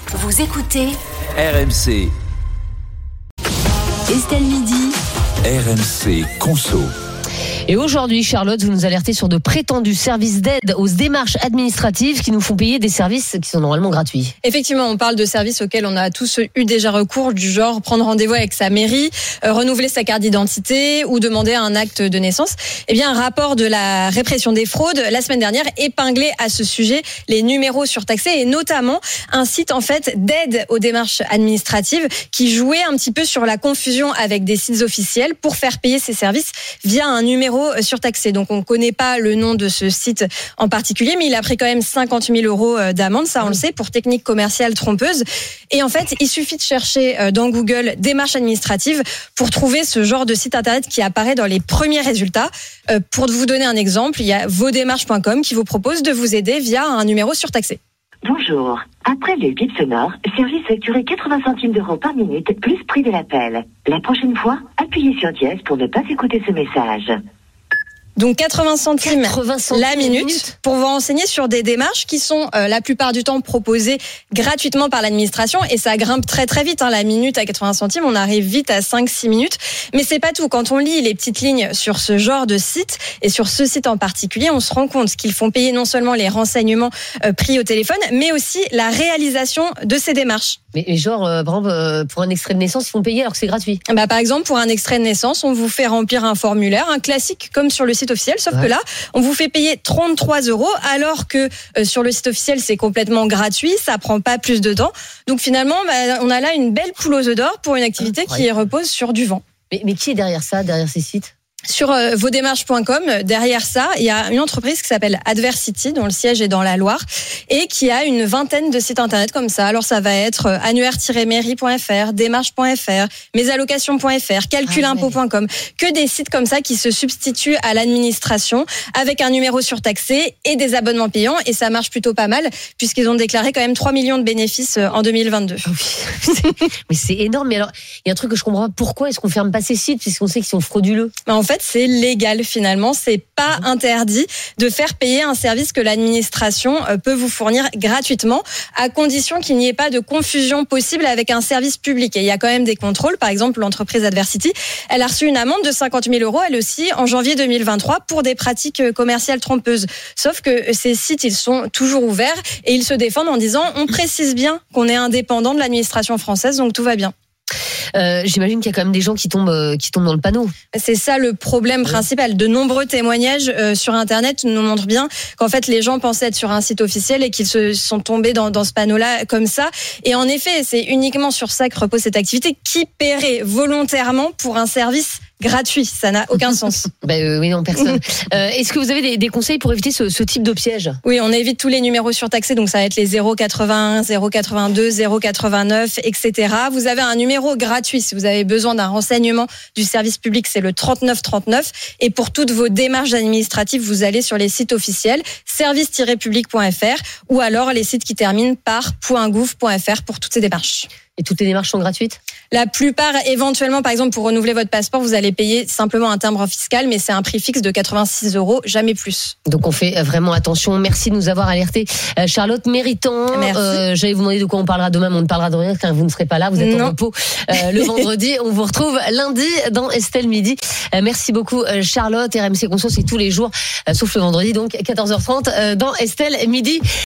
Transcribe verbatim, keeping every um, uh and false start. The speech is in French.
Vous écoutez R M C. Estelle Midi. R M C Conso. Et aujourd'hui, Charlotte, vous nous alertez sur de prétendus services d'aide aux démarches administratives qui nous font payer des services qui sont normalement gratuits. Effectivement, on parle de services auxquels on a tous eu déjà recours, du genre prendre rendez-vous avec sa mairie, euh, renouveler sa carte d'identité ou demander un acte de naissance. Eh bien, un rapport de la répression des fraudes, la semaine dernière, épinglait à ce sujet les numéros surtaxés et notamment un site en fait d'aide aux démarches administratives qui jouait un petit peu sur la confusion avec des sites officiels pour faire payer ces services via un numéro surtaxé. Donc, on ne connaît pas le nom de ce site en particulier, mais il a pris quand même cinquante mille euros d'amende, ça on le sait, pour technique commerciale trompeuse. Et en fait, il suffit de chercher dans Google démarche administrative pour trouver ce genre de site internet qui apparaît dans les premiers résultats. Pour vous donner un exemple, il y a vos démarches point com qui vous propose de vous aider via un numéro surtaxé. Bonjour. Après le bip sonore, service facturé quatre-vingts centimes d'euros par minute, plus prix de l'appel. La prochaine fois, appuyez sur dièse pour ne pas écouter ce message. Donc quatre-vingts centimes, quatre-vingts centimes la minute, minute. Pour vous renseigner sur des démarches qui sont euh, la plupart du temps proposées gratuitement par l'administration et ça grimpe très très vite. Hein, la minute à quatre-vingts centimes, on arrive vite à cinq six minutes. Mais c'est pas tout. Quand on lit les petites lignes sur ce genre de site et sur ce site en particulier, on se rend compte qu'ils font payer non seulement les renseignements euh, pris au téléphone, mais aussi la réalisation de ces démarches. Mais, mais genre, euh, par exemple, euh, pour un extrait de naissance, ils font payer alors que c'est gratuit. Bah, par exemple, pour un extrait de naissance, on vous fait remplir un formulaire, un classique comme sur le site officiel, sauf ouais. que là, on vous fait payer trente-trois euros, alors que euh, sur le site officiel, c'est complètement gratuit, ça prend pas plus de temps. Donc finalement, bah, on a là une belle poule aux œufs d'or pour une activité qui repose sur du vent. Mais, mais qui est derrière ça, derrière ces sites ? Sur euh, vos démarches point com, derrière ça, il y a une entreprise qui s'appelle Adversity, dont le siège est dans la Loire, et qui a une vingtaine de sites internet comme ça. Alors ça va être annuaire tiret mairie point f r, démarche point f r, mesallocations point f r, calculimpôt point com, que des sites comme ça qui se substituent à l'administration avec un numéro surtaxé et des abonnements payants. Et ça marche plutôt pas mal, puisqu'ils ont déclaré quand même trois millions de bénéfices en deux mille vingt-deux. Mais c'est énorme. Mais alors, il y a un truc que je comprends pas. Pourquoi est-ce qu'on ferme pas ces sites, puisqu'on sait qu'ils sont frauduleux ? En fait, c'est légal finalement. C'est pas interdit de faire payer un service que l'administration peut vous fournir gratuitement, à condition qu'il n'y ait pas de confusion possible avec un service public. Et il y a quand même des contrôles. Par exemple, l'entreprise Adversity, elle a reçu une amende de cinquante mille euros, elle aussi, en janvier deux mille vingt-trois, pour des pratiques commerciales trompeuses. Sauf que ces sites, ils sont toujours ouverts et ils se défendent en disant on précise bien qu'on est indépendant de l'administration française, donc tout va bien. Euh, j'imagine qu'il y a quand même des gens qui tombent, euh, qui tombent dans le panneau. C'est ça le problème principal. De nombreux témoignages euh, sur Internet nous montrent bien qu'en fait les gens pensaient être sur un site officiel et qu'ils se sont tombés dans, dans ce panneau-là comme ça. Et en effet, c'est uniquement sur ça que repose cette activité. Qui paierait volontairement pour un service gratuit? Ça n'a aucun sens. Ben euh, oui, non, personne. euh, est-ce que vous avez des, des conseils pour éviter ce, ce type de piège? Oui, on évite tous les numéros surtaxés. Donc ça va être les zéro quatre-vingt-un, zéro quatre-vingt-deux, zéro quatre-vingt-neuf, et cetera. Vous avez un numéro gratuit si vous avez besoin d'un renseignement du service public, c'est le trente-neuf trente-neuf. Et pour toutes vos démarches administratives, vous allez sur les sites officiels service tiret public point f r ou alors les sites qui terminent par .gouv point f r pour toutes ces démarches. Et toutes les démarches sont gratuites ? La plupart, éventuellement, par exemple, pour renouveler votre passeport, vous allez payer simplement un timbre fiscal, mais c'est un prix fixe de quatre-vingt-six euros, jamais plus. Donc on fait vraiment attention. Merci de nous avoir alertés. Euh, Charlotte Méritant, Merci. Euh, j'allais vous demander de quoi on parlera demain, mais on ne parlera de rien car vous ne serez pas là, vous êtes non. en repos euh, le vendredi. On vous retrouve lundi dans Estelle Midi. Euh, merci beaucoup Charlotte. R M C Conso, c'est tous les jours, euh, sauf le vendredi, donc quatorze heures trente euh, dans Estelle Midi.